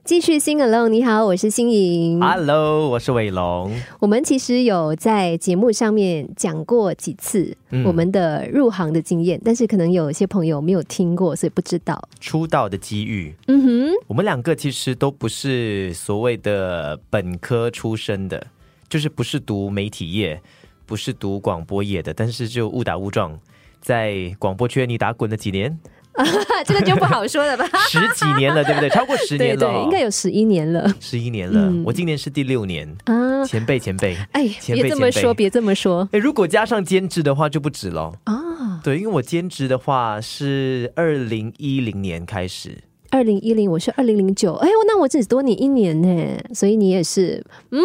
继续 Sing Alone， 你好，我是欣莹。 Hello， 我是伟龙。 我们其实有在节目上面讲过几次我们的入行的经验，但是可能有些朋友没有听过，所以不知道出道的机遇。我们两个其实都不是所谓的本科出身的，就是不是读媒体业，不是读广播业的，但是就误打误撞在广播圈里打滚了几年。 这个就不好说了吧 10几年了，对不对？超过10年了。 对，应该有11年了。 11年了，我今年是第6年啊。前辈，哎， 别这么说，别这么说。 如果加上兼职的话，就不止了啊。对，因为我兼职的话是2010年开始。 2010，我是2009，哎，那我只多你1年呢，所以你也是，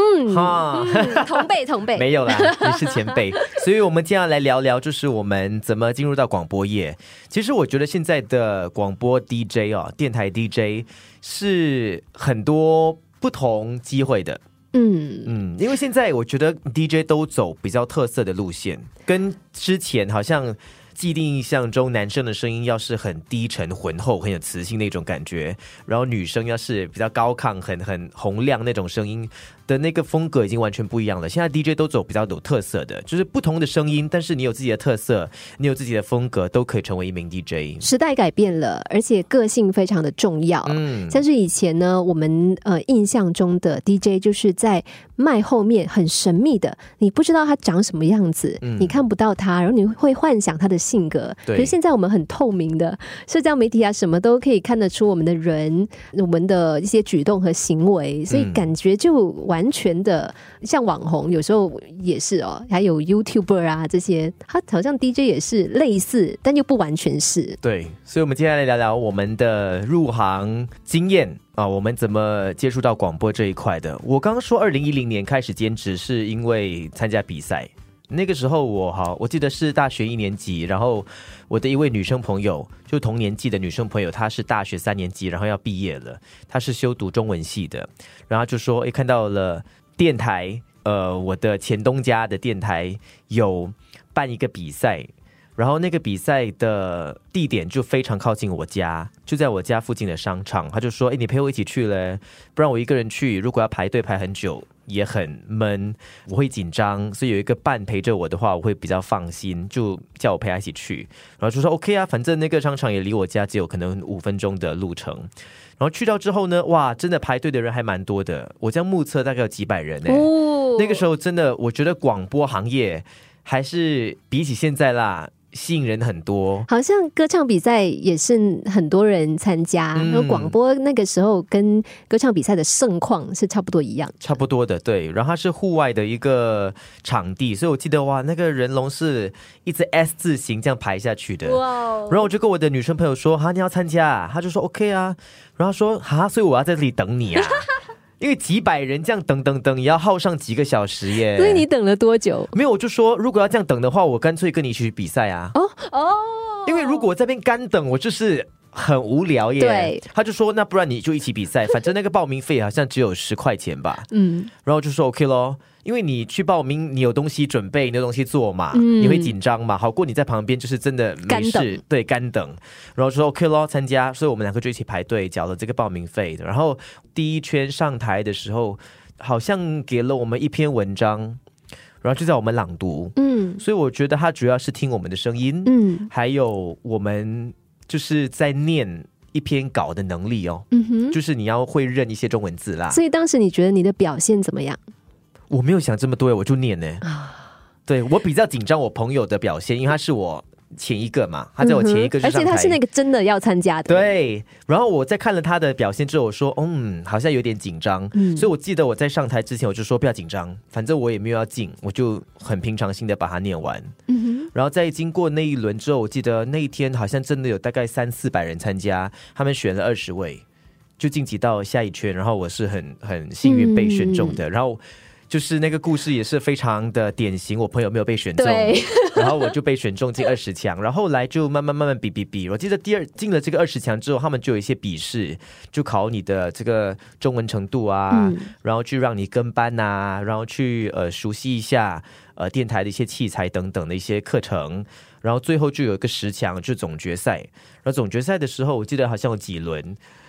同辈， 没有啦，你是前辈，所以我们接下来聊聊，就是我们怎么进入到广播业。其实我觉得现在的广播 DJ 电台 DJ 是很多不同机会的。因为现在我觉得 DJ 都走比较特色的路线，跟之前好像既定印象中男生的声音要是很低沉浑厚很有磁性那种感觉，然后女生要是比较高亢很洪亮那种声音的那个风格已经完全不一样了。现在 DJ 都走比较有特色的，就是不同的声音，但是你有自己的特色，你有自己的风格，都可以成为一名 DJ。 时代改变了，而且个性非常的重要。像是以前呢，我们印象中的 DJ 就是在麦后面很神秘的，你不知道他长什么样子，你看不到他，然后你会幻想他的性格。可是现在我们很透明的社交媒体啊，什么都可以看得出我们的人，我们的一些举动和行为，所以感觉就完全的像网红，有时候也是还有 YouTuber 啊这些，他好像 DJ 也是类似，但又不完全是。 对，所以我们接下来聊聊我们的入行经验啊，我们怎么接触到广播这一块的。我刚刚说2010年开始兼职是因为参加比赛，那个时候我记得是大学1年级，然后我的一位女生朋友，就同年纪的女生朋友，她是大学3年级，然后要毕业了，她是修读中文系的，然后就说看到了电台，我的前东家的电台有办一个比赛，然后那个比赛的地点就非常靠近我家，就在我家附近的商场。他就说你陪我一起去嘞，不然我一个人去如果要排队排很久也很闷，我会紧张，所以有一个伴陪着我的话我会比较放心，就叫我陪他一起去。然后就说 OK 啊，反正那个商场也离我家只有可能5分钟的路程。然后去到之后呢，哇，真的排队的人还蛮多的，我这样目测大概有几百人那个时候真的我觉得广播行业还是比起现在啦吸引人很多。好像歌唱比赛也是很多人参加，然后广播那个时候跟歌唱比赛的盛况是差不多一样， 差不多的，对。然后它是户外的一个场地，所以我记得哇，那个人龙是一直 S 字形这样排下去的。然后我就跟我的女生朋友说你要参加啊，她就说 OK 啊，然后说所以我要在这里等你啊因为几百人这样等也要耗上几个小时耶。 所以你等了多久？ 没有，我就说如果要这样等的话，我干脆跟你一起去比赛啊。因为如果我在这边干等，我就是很无聊耶。 对， 他就说那不然你就一起比赛，反正那个报名费好像只有10块钱吧。然后就说 OK 咯，因为你去报名，你有东西准备，你有东西做嘛，你会紧张嘛，好过你在旁边就是真的没事，对，干等。然后就说 OK 咯，参加，所以我们2个就一起排队缴了这个报名费。然后第一圈上台的时候，好像给了我们一篇文章，然后就在我们朗读，所以我觉得他主要是听我们的声音，还有我们就是在念一篇稿的能力就是你要会认一些中文字啦。 所以当时你觉得你的表现怎么样？ 我没有想这么多，我就念对，我比较紧张我朋友的表现，因为他是我前一个嘛，他在我前一个就上台， 而且他是那个真的要参加的。 对，然后我在看了他的表现之后，我说好像有点紧张，所以我记得我在上台之前我就说不要紧张，反正我也没有要进，我就很平常心的把它念完。然后在经过那一轮之后，我记得那一天好像真的有大概300-400人参加，他们选了20位就晋级到下一圈，然后我是很幸运被选中的。然后就是那个故事也是非常的典型，我朋友没有被选中，然后我就被选中进20强，然后后来就慢慢比。我记得进了这个20强之后，他们就有一些笔试，就考你的这个中文程度啊，然后去让你跟班啊，然后去熟悉一下电台的一些器材等等的一些课程，然后最后就有一个10强，就是总决赛。然后总决赛的时候，我记得好像有几轮。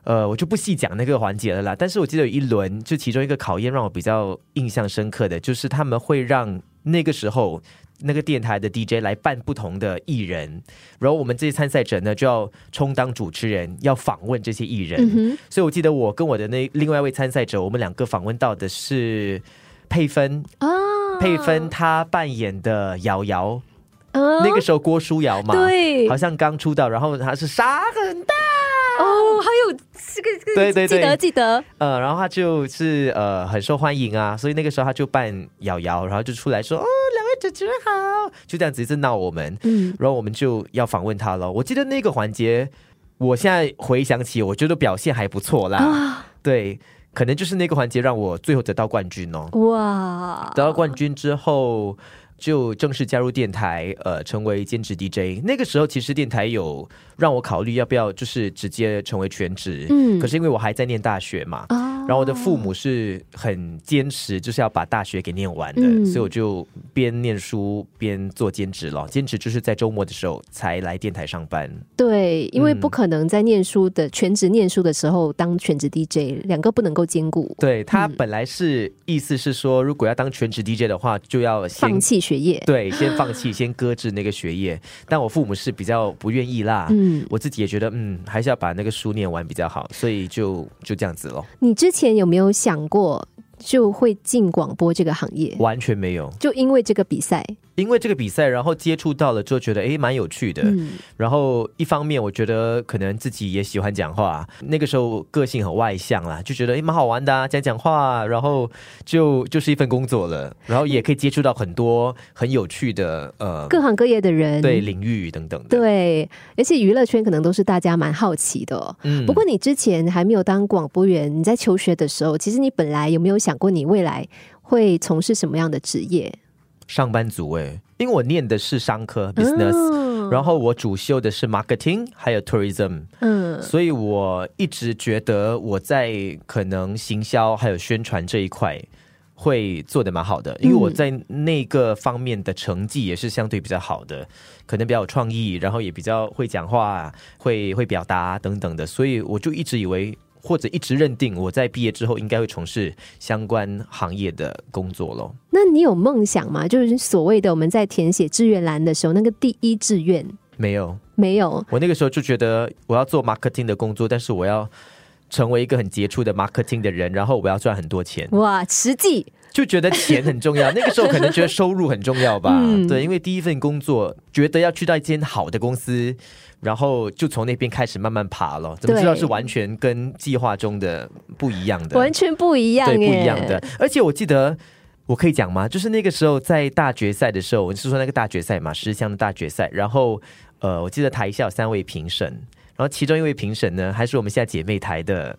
我就不细讲那个环节了啦。但是我记得有一轮，就其中一个考验让我比较印象深刻的，就是他们会让那个时候那个电台的 DJ 来扮不同的艺人，然后我们这些参赛者呢就要充当主持人，要访问这些艺人。所以我记得我跟我的另外一位参赛者，我们两个访问到的是佩芬佩芬她扮演的瑶瑶。那个时候郭书瑶嘛，对，好像刚出道，然后她是沙很大还有这个对，记得然后她就是很受欢迎啊，所以那个时候她就扮瑶瑶，然后就出来说两位主持人好，就这样子一直闹我们，然后我们就要访问她了。我记得那个环节，我现在回想起，我觉得表现还不错啦，对，可能就是那个环节让我最后得到冠军哦。哇，得到冠军之后就正式加入电台，成为兼职 DJ。那个时候其实电台有让我考虑要不要就是直接成为全职，可是因为我还在念大学嘛，然后我的父母是很坚持就是要把大学给念完的，所以我就边念书边做兼职了。兼职就是在周末的时候才来电台上班。 对，因为不可能在念书的全职念书的时候当全职 DJ， 两个不能够兼顾。 对，他本来是意思是说，如果要当全职 DJ 的话，就要先放弃学业， 对，先放弃，先搁置那个学业。但我父母是比较不愿意啦，我自己也觉得，还是要把那个书念完比较好，所以就这样子咯。 你之前有没有想过就会进广播这个行业？ 完全没有， 就因为这个比赛。 因为这个比赛，然后接触到了之后觉得蛮有趣的，然后一方面我觉得可能自己也喜欢讲话，那个时候个性很外向啦，就觉得蛮好玩的啊，讲话，然后就是一份工作了，然后也可以接触到很多很有趣的各行各业的人， 对，领域等等的。 对，而且娱乐圈可能都是大家蛮好奇的不过你之前还没有当广播员，你在求学的时候，其实你本来有没有想过你未来会从事什么样的职业？ 上班族因为我念的是商科 business，然后我主修的是 marketing 还有 tourism，所以我一直觉得我在可能行销还有宣传这一块会做得蛮好的，因为我在那个方面的成绩也是相对比较好的，可能比较有创意，然后也比较会讲话，会表达等等的，所以我就一直以为或者一直认定我在毕业之后应该会从事相关行业的工作咯。 那你有梦想吗？就是所谓的我们在填写志愿栏的时候，那个第一志愿。没有。我那个时候就觉得我要做 marketing 的工作，但是我要成为一个很杰出的 marketing 的人，然后我要赚很多钱。 哇，实际就觉得钱很重要那个时候可能觉得收入很重要吧对，因为第一份工作觉得要去到一间好的公司，然后就从那边开始慢慢爬了，怎么知道是完全跟计划中的不一样的， 完全不一样，对， 不一样的。而且我记得我可以讲吗？就是那个时候在大决赛的时候，我是说那个大决赛嘛，10强的大决赛，然后我记得台下有3位评审，然后其中一位评审呢还是我们现在姐妹台的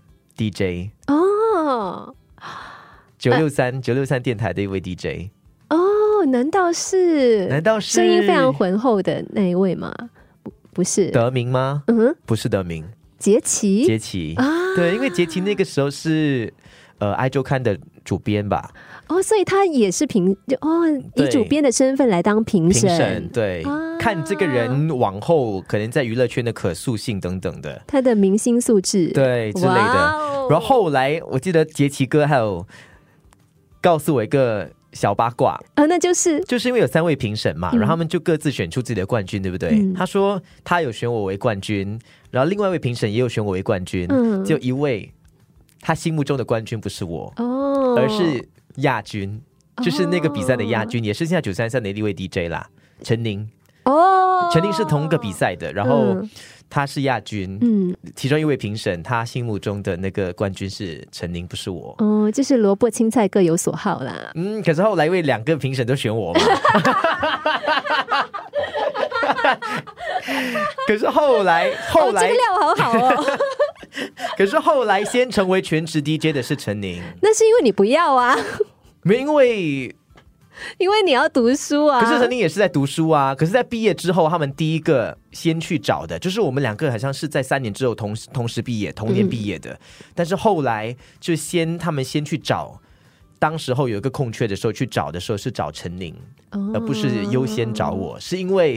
DJ 963电台的一位 DJ 难道是声音非常浑厚的那一位吗？不是德明吗？不是德明，杰奇对，因为杰奇那个时候是I 周刊的主编吧。 所以他也是以主编的身份来当评审， 对，看这个人往后可能在娱乐圈的可塑性等等的， 他的明星素质， 对之类的。然后后来我记得杰奇哥还有告诉我一个小八卦那就是因为有3位评审嘛，然后他们就各自选出自己的冠军，对不对？他说他有选我为冠军，然后另外一位评审也有选我为冠军，只有一位他心目中的冠军不是我而是亚军，就是那个比赛的亚军，也是现在933的一位 DJ 啦，陈宁陈宁是同一个比赛的，然后他是亚军，其中一位评审他心目中的那个冠军是陈宁，不是我就是萝卜青菜各有所好啦。 可是后来因为2个评审都选我嘛可是后来这个料好好可是后来先成为全职 DJ 的是陈宁。 那是因为你不要啊没，因为你要读书啊。 可是陈宁也是在读书啊，可是在毕业之后他们第一个先去找的就是我们2个好像是在3年之后同时毕业，同年毕业的，但是后来就他们先去找，当时候有一个空缺的时候去找的时候是找陈宁而不是优先找我，是因为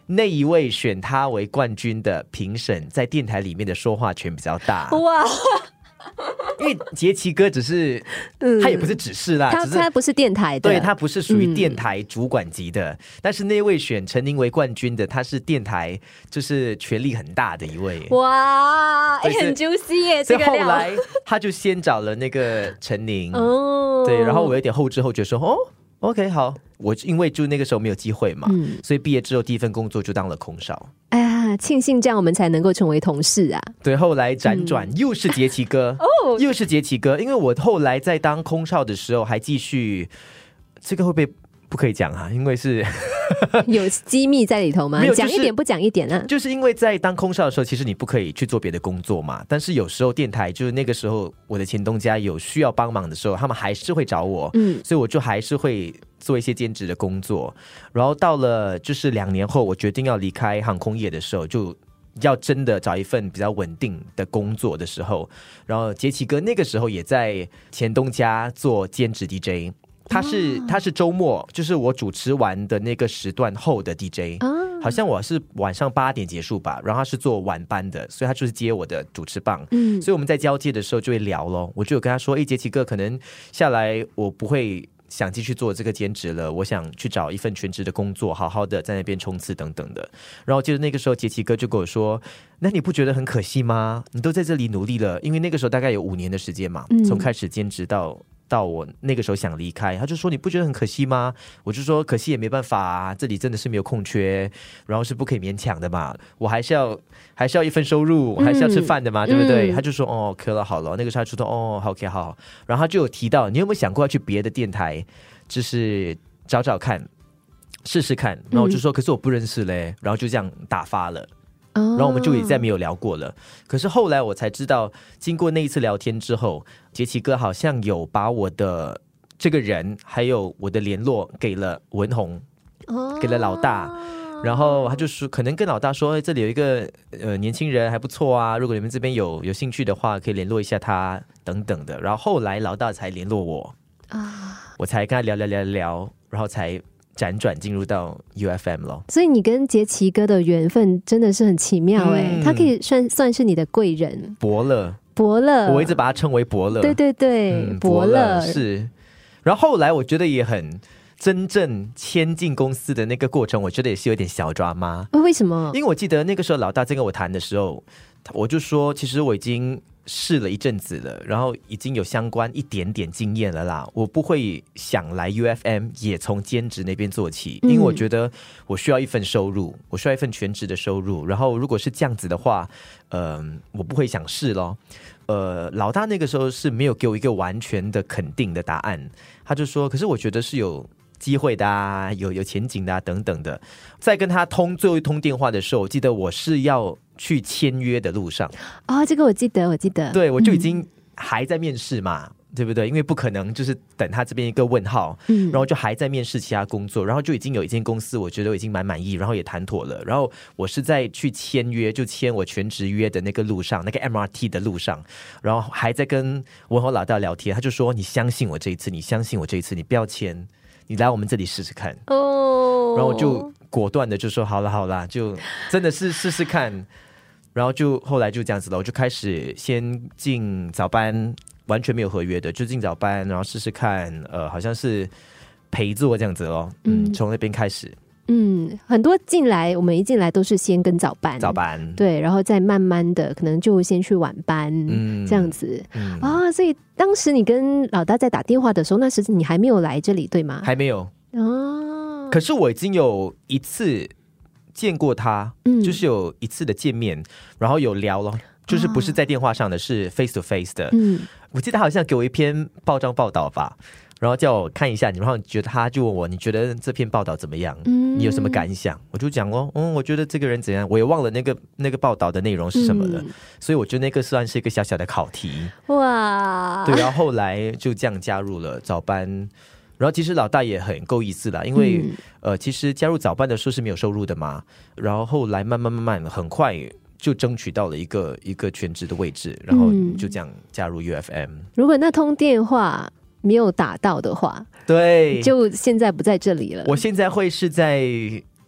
那一位选他为冠军的评审在电台里面的说话权比较大。 哇， 因为杰奇哥只是他也不是指示啦， 他不是电台的， 对，他不是属于电台主管级的，但是那位选陈宁为冠军的，他是电台就是权力很大的一位。 哇，很 juicy 耶，这个料。 所以后来他就先找了那个陈宁，对，然后我有点后知后觉说OK 好，我因为就那个时候没有机会嘛，所以毕业之后第一份工作就当了空少。 哎呀，庆幸这样我们才能够成为同事啊。 对，后来辗转又是杰奇哥，又是杰奇哥，因为我后来在当空少的时候还继续，这个会不会不可以讲啊？因为是有机密在里头吗？讲一点不讲一点啊？就是因为在当空少的时候，其实你不可以去做别的工作嘛。但是有时候电台就是那个时候，我的前东家有需要帮忙的时候，他们还是会找我，所以我就还是会做一些兼职的工作。然后到了就是2年后，我决定要离开航空业的时候，就要真的找一份比较稳定的工作的时候，然后杰奇哥那个时候也在前东家做兼职 DJ。他是周末，就是我主持完的那个时段后的 DJ，好像我是晚上8点结束吧，然后他是做晚班的，所以他就是接我的主持棒，所以我们在交接的时候就会聊咯。我就有跟他说，杰奇哥，可能下来我不会想继续做这个兼职了，我想去找一份全职的工作，好好的在那边冲刺等等的。然后就是那个时候杰奇哥就跟我说，那你不觉得很可惜吗？你都在这里努力了，因为那个时候大概有5年的时间嘛，从开始兼职到我那个时候想离开，他就说你不觉得很可惜吗？我就说可惜也没办法啊，这里真的是没有空缺，然后是不可以勉强的嘛，我还是要一份收入，我还是要吃饭的嘛，对不对？他就说可了好了，那个时候他就说OK 好，然后他就有提到你有没有想过要去别的电台，就是找找看试试看，然后我就说可是我不认识嘞，然后就这样打发了。然后我们就也再没有聊过了。可是后来我才知道，经过那一次聊天之后，杰奇哥好像有把我的这个人还有我的联络给了文宏，给了老大。然后他就说，可能跟老大说，这里有一个年轻人还不错啊，如果你们这边有兴趣的话，可以联络一下他等等的。然后后来老大才联络我我才跟他聊，然后才辗转进入到 UFM 咯。 所以你跟杰奇哥的缘分真的是很奇妙他可以算是你的贵人。 伯乐，我一直把他称为伯乐。 对对对，伯乐是。然后后来我觉得也很真正签进公司的那个过程，我觉得也是有点小抓马。 为什么？ 因为我记得那个时候老大在跟我谈的时候，我就说其实我已经试了一阵子了，然后已经有相关一点点经验了啦，我不会想来 UFM 也从兼职那边做起，因为我觉得我需要一份收入，我需要一份全职的收入，然后如果是这样子的话我不会想试咯。老大那个时候是没有给我一个完全的肯定的答案，他就说可是我觉得是有机会的啊，有前景的啊等等的。在跟他最后一通电话的时候，我记得我是要去签约的路上这个我记得对，我就已经还在面试嘛对不对？因为不可能就是等他这边一个问号然后就还在面试其他工作，然后就已经有一间公司我觉得我已经蛮满意，然后也谈妥了，然后我是在去签约，就签我全职约的那个路上，那个 MRT 的路上，然后还在跟文豪老大聊天，他就说你相信我这一次，你不要签，你来我们这里试试看然后我就果断的就说好啦，就真的是试试看。然后就后来就这样子了，我就开始先进早班，完全没有合约的，就进早班，然后试试看，好像是陪做这样子咯。从那边开始。 很多我们一进来都是先跟早班，对，然后再慢慢的可能就先去晚班，这样子所以当时你跟老大在打电话的时候，那时你还没有来这里对吗？ 还没有可是我已经有一次见过他，就是有一次的见面，然后有聊咯，就是不是在电话上的，是 face to face 的。我记得他好像给我一篇报章报道吧，然后叫我看一下，然后他就问我你觉得这篇报道怎么样，你有什么感想？我就讲我觉得这个人怎样，我也忘了那个报道的内容是什么了，所以我觉得那个算是一个小小的考题。哇，对，然后后来就这样加入了早班。然后其实老大也很够意思啦，因为其实加入早班的时候是没有收入的嘛，然后后来慢慢很快就争取到了一个全职的位置，然后就这样加入 UFM。 如果那通电话没有打到的话， 对， 就现在不在这里了。 我现在会是在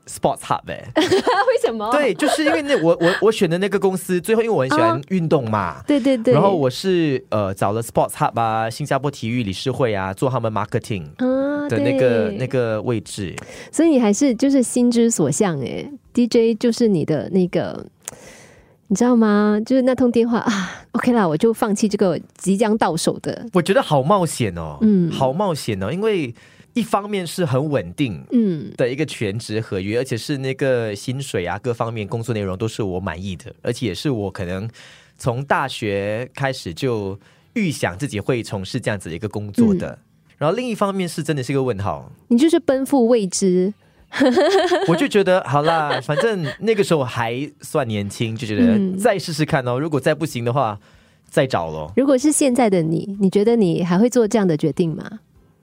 Sports Hub 为什么？ 对，就是因为我选的那个公司，最后因为我很喜欢运动嘛， 对对对， 然后我是找了 Sports Hub 啊，新加坡体育理事会啊，做他们 marketing 的那个位置， 所以你还是就是心之所向DJ 就是你的那个。你知道吗？就是那通电话啊 ，OK 啦，我就放弃这个即将到手的。 我觉得好冒险哦，好冒险哦，因为一方面是很稳定的一个全职合约，而且是那个薪水啊，各方面工作内容都是我满意的，而且也是我可能从大学开始就预想自己会从事这样子的一个工作的。然后另一方面是真的是一个问号， 你就是奔赴未知。 我就觉得好啦，反正那个时候还算年轻，就觉得再试试看哦。如果再不行的话，再找咯。 如果是现在的你，你觉得你还会做这样的决定吗？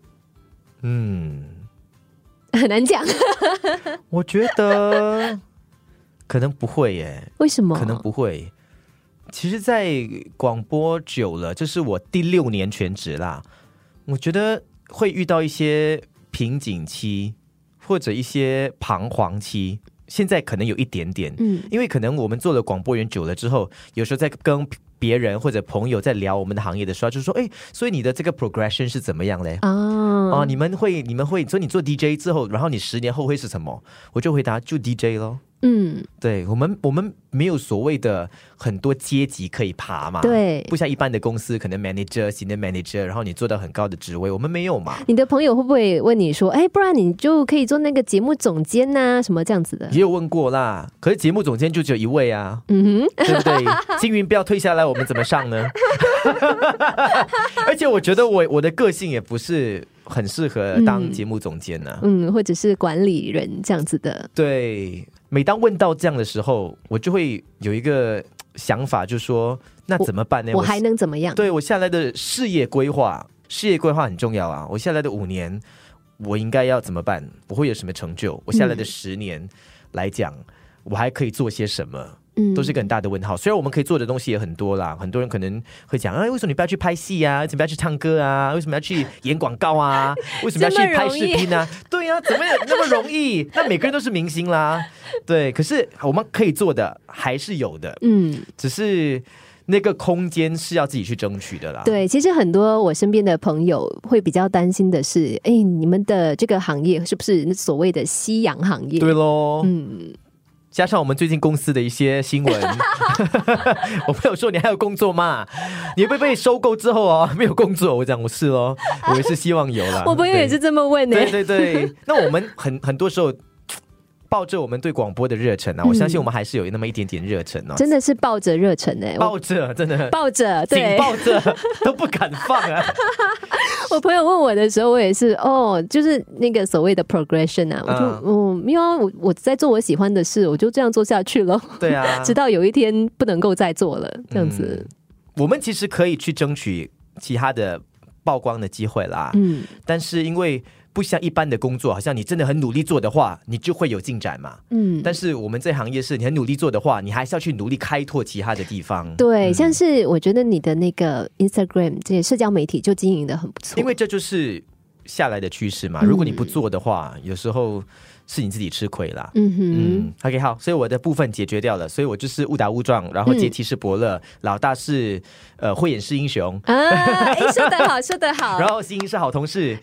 很难讲。 我觉得可能不会耶。 为什么？ 可能不会。其实，在广播久了，这是我第6年全职啦。我觉得会遇到一些瓶颈期。或者一些彷徨期，现在可能有一点点，因为可能我们做了广播员久了之后，有时候在跟别人或者朋友在聊我们的行业的时候，就是说，所以你的这个 progression 是怎么样嘞？你们会，所以你做 DJ 之后，然后你10年后会是什么？我就回答就 DJ 咯。对，我们没有所谓的很多阶级可以爬嘛， 对， 不像一般的公司可能 manager、senior manager， 然后你做到很高的职位，我们没有嘛。 你的朋友会不会问你说，不然你就可以做那个节目总监啊，什么这样子的？ 也有问过啦，可是节目总监就只有一位啊，对不对？金云不要退下来，我们怎么上呢？而且我觉得我的个性也不是很适合当节目总监呢， 或者是管理人这样子的。 对，每当问到这样的时候，我就会有一个想法，就是说那怎么办呢？ 我还能怎么样？ 对，我下来的事业规划很重要啊。我下来的5年，我应该要怎么办？我会有什么成就？我下来的10年来讲，我还可以做些什么？都是一个很大的问号。虽然我们可以做的东西也很多啦，很多人可能会讲，为什么你不要去拍戏啊？为什么要去唱歌啊？为什么要去演广告啊？为什么要去拍视频啊？对啊，怎么那么容易？那每个人都是明星啦，对。可是我们可以做的还是有的，只是那个空间是要自己去争取的啦。 对，其实很多我身边的朋友会比较担心的是，你们的这个行业是不是所谓的夕阳行业？ 对咯，加上我们最近公司的一些新闻，我朋友说你还有工作吗？你会不会被收购之后没有工作？我讲我是咯，我也是希望有啦。 我朋友也是这么问的。 对，那我们很多时候抱着我们对广播的热忱啊，我相信我们还是有那么一点点热忱哦。 真的是抱着热忱抱着真的抱着，对， 紧抱着都不敢放啊。 我朋友问我的时候，我也是就是那个所谓的 progression 啊，我就没有啊，我在做我喜欢的事，我就这样做下去了。 对啊， 直到有一天不能够再做了，这样子。 我们其实可以去争取其他的曝光的机会啦，但是因为不像一般的工作，好像你真的很努力做的话，你就会有进展嘛。但是我们这行业是你很努力做的话，你还是要去努力开拓其他的地方。 对，像是我觉得你的那个 Instagram 这些社交媒体就经营得很不错， 因为这就是下来的趋势嘛。如果你不做的话，有时候是你自己吃亏啦。OK， 好，所以我的部分解决掉了，所以我就是误打误撞，然后阶梯是伯乐，老大是慧眼识英雄啊，说得好，说得好。 然后新莹是好同事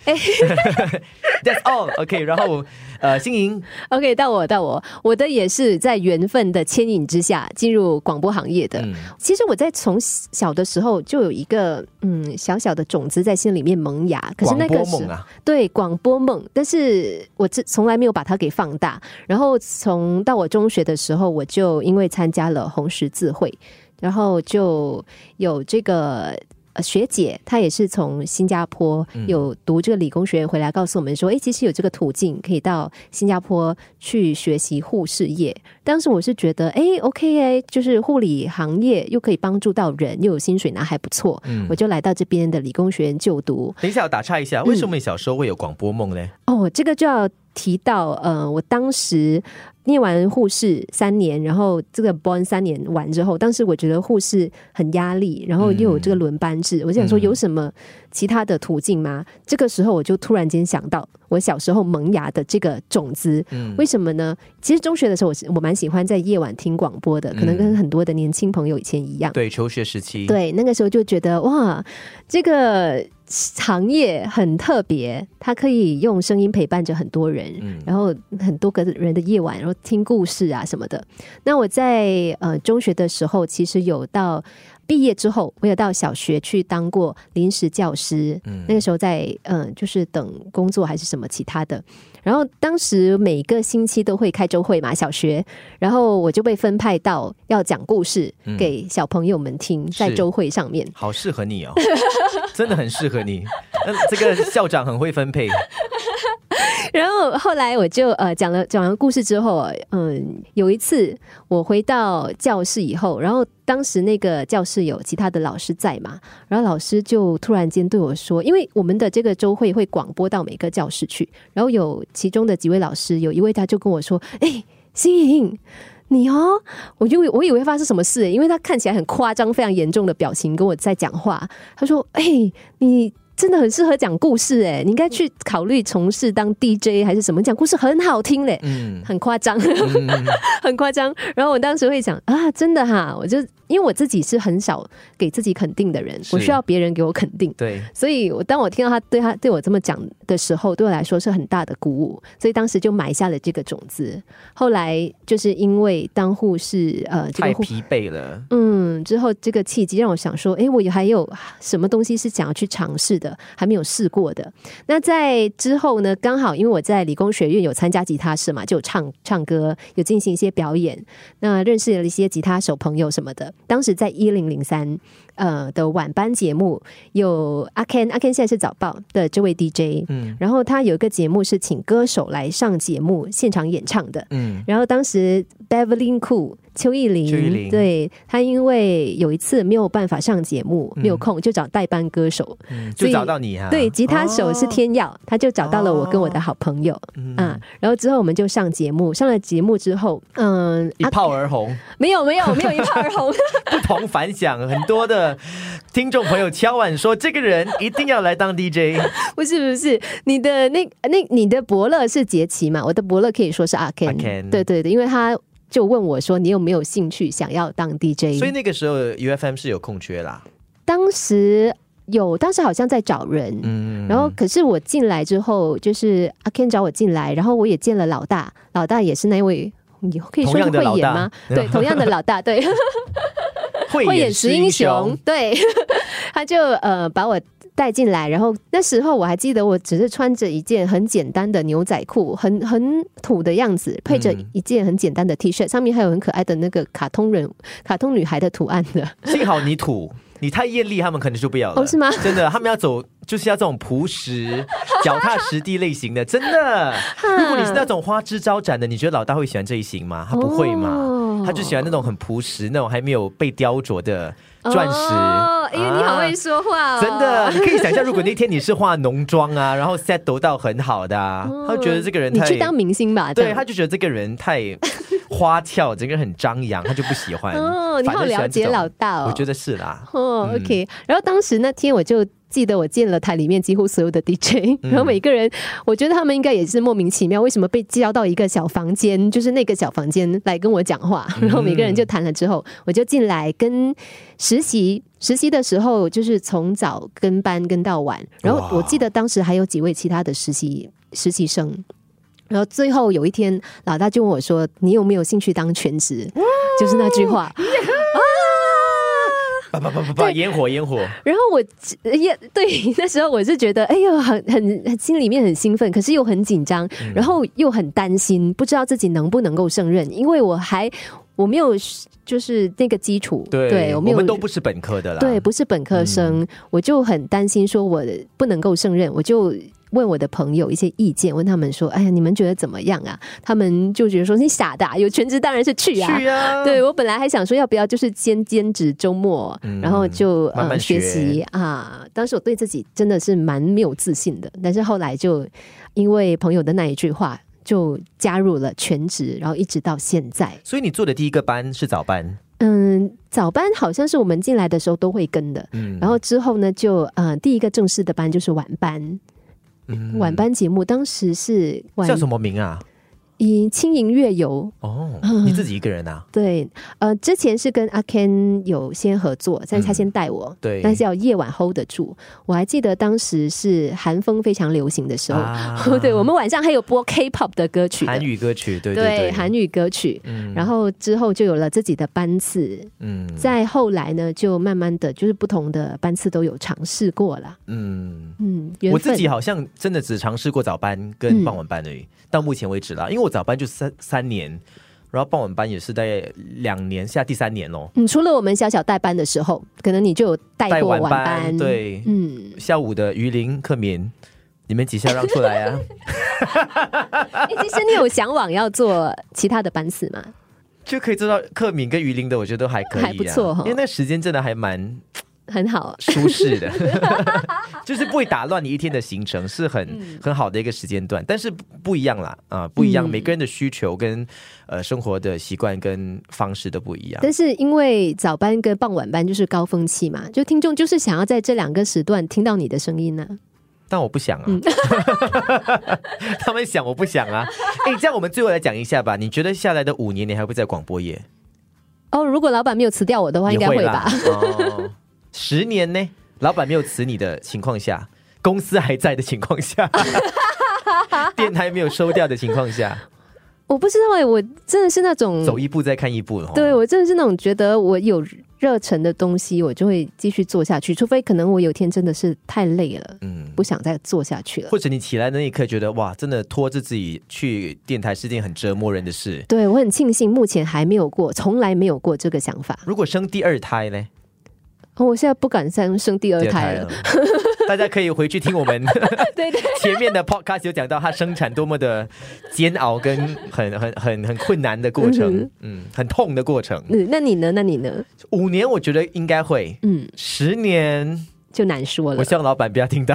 ，That's all。OK， 然后新莹 ，OK， 到我的也是在缘分的牵引之下进入广播行业的。其实我在从小的时候就有一个小小的种子在心里面萌芽，可是那个广播梦啊， 对，广播梦，但是我从来没有把它给放大。然后到我中学的时候，我就因为参加了红十字会，然后就有这个学姐，她也是从新加坡有读这个理工学院回来，告诉我们说其实有这个途径可以到新加坡去学习护士业。当时我是觉得OK， 就是护理行业又可以帮助到人，又有薪水拿，还不错，我就来到这边的理工学院就读。 等一下我打岔一下，为什么你小时候会有广播梦呢？ 这个就要提到我当时念完护士3年，然后这个 bond 3年完之后，当时我觉得护士很压力，然后又有这个轮班制，我就想说有什么其他的途径吗？这个时候我就突然间想到我小时候萌芽的这个种子。为什么呢？其实中学的时候我蛮喜欢在夜晚听广播的，可能跟很多的年轻朋友以前一样。 对，求学时期， 对，那个时候就觉得哇，这个行业很特别，它可以用声音陪伴着很多人，然后很多个人的夜晚，然后听故事啊什么的。那我在中学的时候，其实有到毕业之后，我有到小学去当过临时教师，那个时候在就是等工作还是什么其他的。然后当时每个星期都会开周会嘛，小学，然后我就被分派到要讲故事给小朋友们听，在周会上面。 好适合你哦，真的很适合你。这个校长很会分配。 然后后来我就讲完故事之后，有一次我回到教室以后，然后当时那个教室有其他的老师在嘛，然后老师就突然间对我说，因为我们的这个周会广播到每个教室去，然后有其中的几位老师，有一位他就跟我说，心颖你哦，我以为发生什么事，因为他看起来很夸张非常严重的表情跟我在讲话。他说你真的很适合讲故事耶，你应该去考虑从事当 DJ 还是什么，讲故事很好听嘞，很夸张，很夸张。然后我当时会想啊，真的哈，我就因为我自己是很少给自己肯定的人，我需要别人给我肯定，对，所以当我听到他对我这么讲的时候，对我来说是很大的鼓舞，所以当时就埋下了这个种子。后来就是因为当护士太疲惫了， 之后这个契机让我想说，我还有什么东西是想要去尝试的，还没有试过的。那在之后呢，刚好因为我在理工学院有参加吉他社嘛，就有唱歌，有进行一些表演，那认识了一些吉他手朋友什么的。当时在1003的晚班节目有阿 Ken 现在是早报的这位 DJ，然后他有一个节目是请歌手来上节目现场演唱的，然后当时 Beverly Cool邱意玲，对，他因为有一次没有办法上节目，没有空，就找代班歌手， 就找到你啊。 对，吉他手是天耀，他就找到了我跟我的好朋友，然后之后我们就上节目，上了节目之后， 一炮而红， 没有一炮而红， 不同凡响，很多的听众朋友敲碗说这个人一定要来当 DJ。不是，你的你的伯乐是杰奇嘛？我的伯乐可以说是阿 Ken， 对，因为他就问我说你有没有兴趣想要当 DJ， 所以那个时候 UFM 是有空缺啦。 当时好像在找人，然后可是我进来之后，就是阿 Ken 找我进来，然后我也见了老大也是那位，你可以说是慧眼吗？对，同样的老大，对，慧眼识英雄，对，他就把我带进来，然后那时候我还记得我只是穿着一件很简单的牛仔裤，很土的样子，配着一件很简单的 T 恤，上面还有很可爱的那个卡通女孩的图案的。 幸好你土，你太艳丽他们可能就不要了。 是吗？真的，他们要走就是要这种朴实脚踏实地类型的，真的。如果你是那种花枝招展的，你觉得老大会喜欢这一型吗？他不会嘛，他就喜欢那种很朴实，那种还没有被雕琢的钻石。 因为你好会说话哦， 真的，你可以想象，如果那天你是化浓妆啊，然后 set 到很好的他就觉得这个人太， 你去当明星吧， 对，他就觉得这个人太花俏，整个人很张扬，他就不喜欢。 你好了解老大哦， 我觉得是啦。 OK， 然后当时那天我就记得我见了台里面几乎所有的 DJ， 然后每个人，我觉得他们应该也是莫名其妙，为什么被叫到一个小房间，就是那个小房间来跟我讲话，然后每个人就谈了之后，我就进来跟实习的时候，就是从早跟班跟到晚，然后我记得当时还有几位其他的实习生。然后最后有一天，老大就问我说：“你有没有兴趣当全职？”就是那句话。 烟火。 然后对，那时候我是觉得，很心里面很兴奋，可是又很紧张，然后又很担心，不知道自己能不能够胜任，因为我没有就是那个基础，对，我们都不是本科的啦， 对，不是本科生，我就很担心说我不能够胜任，我就问我的朋友一些意见，问他们说：“哎呀，你们觉得怎么样啊？”他们就觉得说：“你傻的有全职当然是去啊！”对，我本来还想说要不要就是先兼职周末，然后就慢慢学习啊。当时我对自己真的是蛮没有自信的，但是后来就因为朋友的那一句话， 就加入了全职，然后一直到现在。 所以你做的第一个班是早班？ 早班好像是我们进来的时候都会跟的，然后之后呢就第一个正式的班就是晚班，晚班节目当时是叫什么名啊？ 以轻盈月游哦，你自己一个人啊？ 对，之前是跟阿 Ken 有先合作，但是他先带我， 对， 但是要夜晚 hold 得住。我还记得当时是韩风非常流行的时候，对，我们晚上还有播 K-pop 的歌曲， 韩语歌曲，对对，韩语歌曲。然后之后就有了自己的班次，再后来呢，就慢慢的就是不同的班次都有尝试过了。 我自己好像真的只尝试过早班跟傍晚班而已，到目前为止啦，因为我早班就三年，然后傍晚班也是大概2年，下第3年咯。 除了我们小小带班的时候，可能你就有带过晚班， 对，下午的鱼鳞、克敏，你们几下让出来啊？ 其实你有向往要做其他的班次吗？ 就可以做到克敏跟鱼鳞的，我觉得都还可以，还不错， 因为那时间真的还很好， 舒适的，就是不会打乱你一天的行程，是很好的一个时间段。但是不一样啦，不一样，每个人的需求跟生活的习惯跟方式都不一样。 但是因为早班跟傍晚班就是高峰期嘛，就听众就是想要在这2个时段听到你的声音呢。 但我不想啊，他们想我不想啊。这样我们最后来讲一下吧。你觉得下来的5年，你还会在广播业？ 如果老板没有辞掉我的话，应该会吧。 10年呢？老板没有辞你的情况下，公司还在的情况下，电台没有收掉的情况下， 我不知道我真的是那种走一步再看一步了。 对，我真的是那种觉得我有热忱的东西，我就会继续做下去，除非可能我有天真的是太累了，不想再做下去了， 或者你起来那一刻觉得哇，真的拖着自己去电台是件很折磨人的事。 对，我很庆幸目前还没有过，从来没有过这个想法。 如果生第2胎呢？ 我现在不敢再生第2胎了。 大家可以回去听我们对前面的 podcast 有讲到她生产多么的煎熬跟很困难的过程，很痛的过程。 那你呢 ？5年我觉得应该会，10年就难说了。 我希望老板不要听到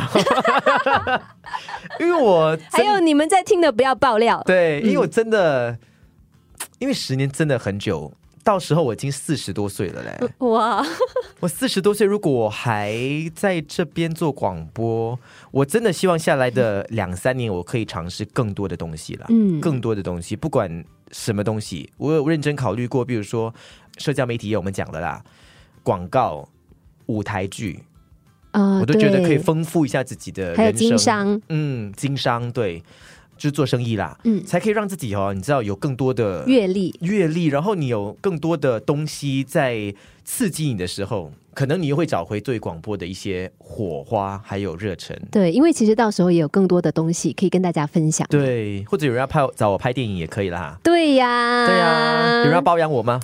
因为我还有你们在听的不要爆料。 对，因为我真的因为10年真的很久，到时候我已经40多岁了嘞。 哇！ 我40多岁，如果我还在这边做广播，我真的希望下来的2-3年，我可以尝试更多的东西啦。更多的东西，不管什么东西，我有认真考虑过，比如说社交媒体也我们讲的啦，广告、舞台剧，我都觉得可以丰富一下自己的人生。 还有经商， 经商，对。就是做生意啦，才可以让自己你知道有更多的阅历，然后你有更多的东西在刺激你的时候，可能你又会找回对广播的一些火花还有热忱。 对，因为其实到时候也有更多的东西可以跟大家分享。 对，或者有人要找我拍电影也可以啦。 对呀， 有人要包养我吗？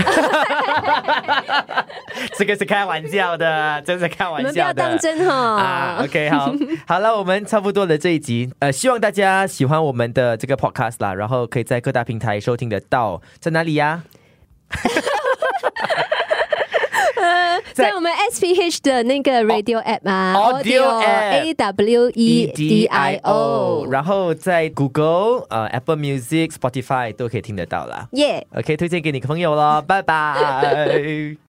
这个是开玩笑的，真是开玩笑的，你们不要当真 OK， 好了，我们差不多的这一集，希望大家喜欢我们的这个 podcast 啦，然后可以在各大平台收听得到，在哪里呀？ 在我们 SPH 的那个 radio app 啊 ，Audio AWEDIO， 然后在 Google、Apple Music、Spotify 都可以听得到啦。 耶 ，OK， 推荐给你的朋友咯，拜拜。